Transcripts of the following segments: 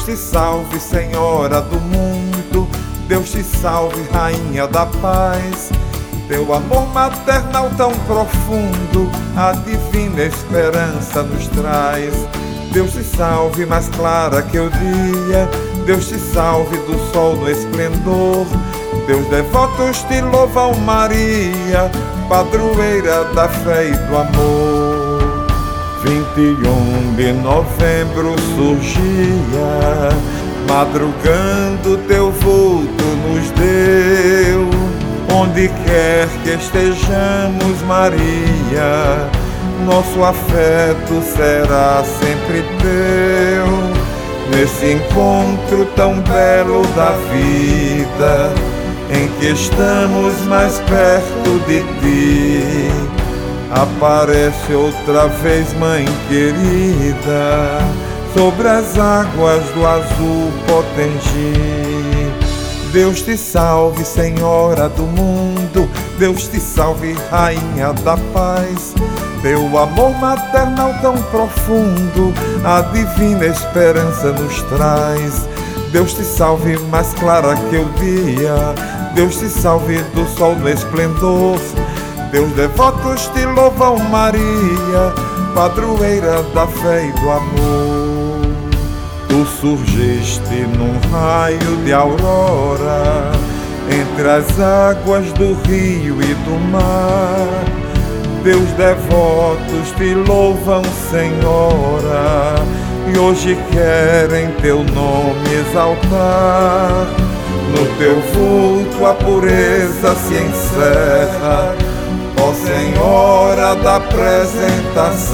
Deus te salve, Senhora do mundo. Deus te salve, Rainha da paz. Teu amor maternal tão profundo, a divina esperança nos traz. Deus te salve, mais clara que o dia. Deus te salve do sol no esplendor. Teus devotos te louvam, Maria, padroeira da fé e do amor. 21 de novembro surgia, madrugando teu vulto nos deu. Onde quer que estejamos, Maria, nosso afeto será sempre teu. Nesse encontro tão belo da vida, em que estamos mais perto de ti, aparece outra vez, Mãe querida, sobre as águas do azul Potengi. Deus te salve, Senhora do mundo. Deus te salve, Rainha da paz. Teu amor maternal tão profundo, a divina esperança nos traz. Deus te salve, mais clara que o dia. Deus te salve do sol no esplendor. Teus devotos te louvam, Maria, padroeira da fé e do amor. Tu surgiste num raio de aurora, entre as águas do rio e do mar. Teus devotos te louvam, Senhora, e hoje querem teu nome exaltar. No teu vulto a pureza se encerra, ó Senhora da apresentação.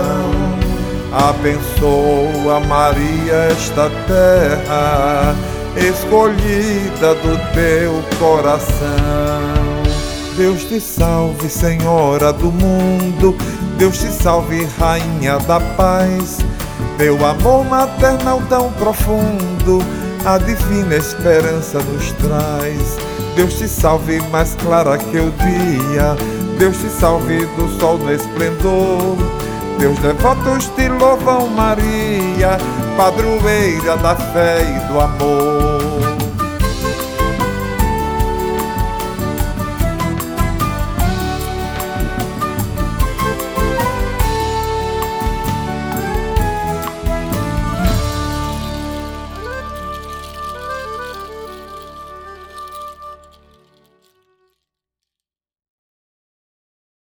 Abençoa, Maria, esta terra escolhida do teu coração. Deus te salve, Senhora do mundo. Deus te salve, Rainha da paz. Teu amor maternal tão profundo, a divina esperança nos traz. Deus te salve, mais clara que o dia. Deus te salve do sol no esplendor. Teus devotos te louvam, Maria, padroeira da fé e do amor.